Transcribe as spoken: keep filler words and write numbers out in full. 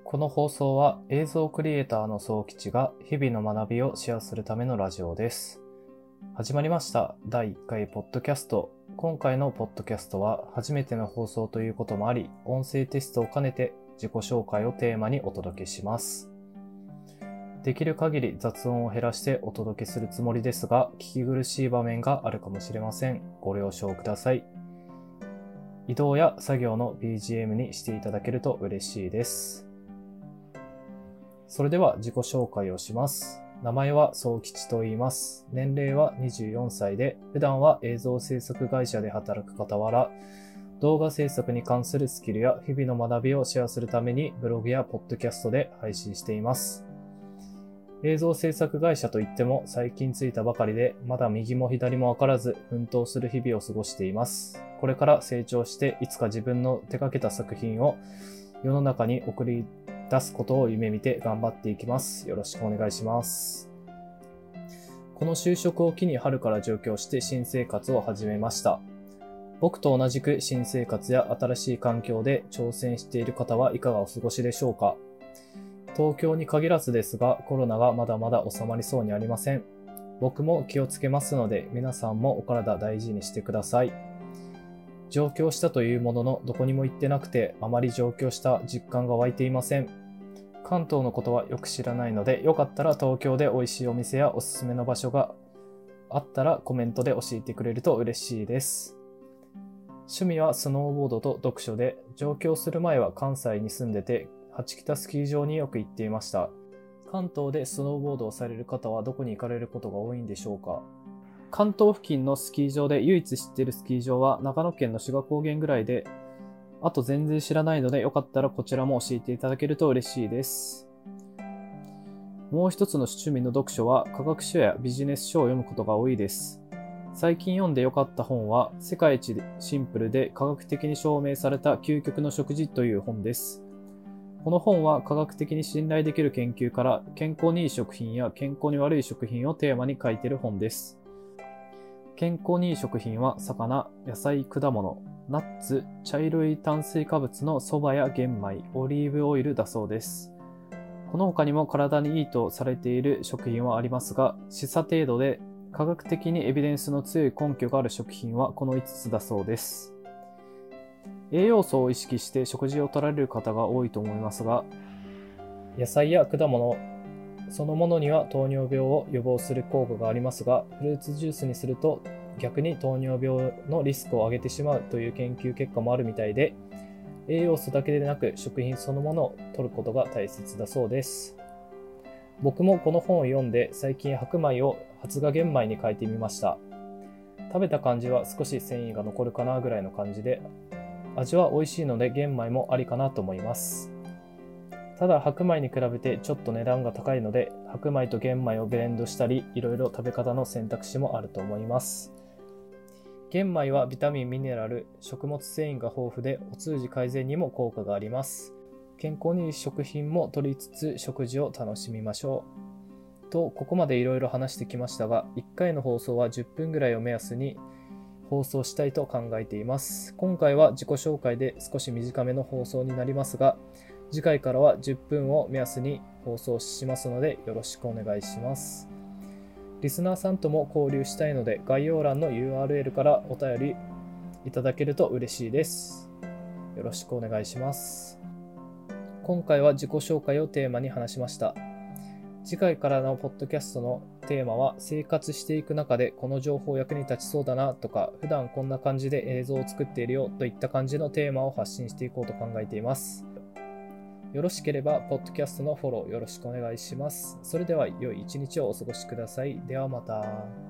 この放送は映像クリエイターの総吉が日々の学びをシェアするためのラジオです。始まりましただいいっかいポッドキャスト。今回のポッドキャストは初めての放送ということもあり、音声テストを兼ねて自己紹介をテーマにお届けします。できる限り雑音を減らしてお届けするつもりですが、聞き苦しい場面があるかもしれません。ご了承ください。移動や作業の ビージーエム にしていただけると嬉しいです。それでは自己紹介をします。名前は総吉と言います。年齢はにじゅうよんさいで、普段は映像制作会社で働く傍ら、動画制作に関するスキルや日々の学びをシェアするためにブログやポッドキャストで配信しています。映像制作会社といっても最近ついたばかりで、まだ右も左も分からず奮闘する日々を過ごしています。これから成長していつか自分の手掛けた作品を世の中に送り出すことを夢見て頑張っていきます。よろしくお願いします。この就職を機に春から上京して新生活を始めました。僕と同じく新生活や新しい環境で挑戦している方はいかがお過ごしでしょうか。東京に限らずですが、コロナがまだまだ収まりそうにありません。僕も気をつけますので、皆さんもお体大事にしてください。上京したというものの、どこにも行ってなくて、あまり上京した実感が湧いていません。関東のことはよく知らないので、よかったら東京で美味しいお店やおすすめの場所があったらコメントで教えてくれると嬉しいです。趣味はスノーボードと読書で、上京する前は関西に住んでて、八北スキー場によく行っていました。関東でスノーボードをされる方はどこに行かれることが多いんでしょうか。関東付近のスキー場で唯一知っているスキー場は長野県の志賀高原ぐらいで、あと全然知らないのでよかったらこちらも教えていただけると嬉しいです。もう一つの趣味の読書は科学書やビジネス書を読むことが多いです。最近読んでよかった本は世界一シンプルで科学的に証明された究極の食事という本です。この本は科学的に信頼できる研究から健康にいい食品や健康に悪い食品をテーマに書いている本です。健康にいい食品は魚、野菜、果物、ナッツ、茶色い炭水化物のそばや玄米、オリーブオイルだそうです。この他にも体にいいとされている食品はありますが、示唆程度で科学的にエビデンスの強い根拠がある食品はこのいつつだそうです。栄養素を意識して食事を取られる方が多いと思いますが、野菜や果物そのものには糖尿病を予防する効果がありますが、フルーツジュースにすると逆に糖尿病のリスクを上げてしまうという研究結果もあるみたいで、栄養素だけでなく食品そのものを摂ることが大切だそうです。僕もこの本を読んで最近白米を発芽玄米に変えてみました。食べた感じは少し繊維が残るかなぐらいの感じで、味は美味しいので玄米もありかなと思います。ただ白米に比べてちょっと値段が高いので、白米と玄米をブレンドしたり、いろいろ食べ方の選択肢もあると思います。玄米はビタミン、ミネラル、食物繊維が豊富でお通じ改善にも効果があります。健康にいい食品も摂りつつ食事を楽しみましょう。と、ここまでいろいろ話してきましたが、いっかいの放送はじゅっぷんぐらいを目安に放送したいと考えています。今回は自己紹介で少し短めの放送になりますが、次回からはじゅっぷんを目安に放送しますのでよろしくお願いします。リスナーさんとも交流したいので概要欄の ユーアールエル からお便りいただけると嬉しいです。よろしくお願いします。今回は自己紹介をテーマに話しました。次回からのポッドキャストのテーマは生活していく中でこの情報役に立ちそうだなとか、普段こんな感じで映像を作っているよといった感じのテーマを発信していこうと考えています。よろしければポッドキャストのフォローよろしくお願いします。それでは良い一日をお過ごしください。ではまた。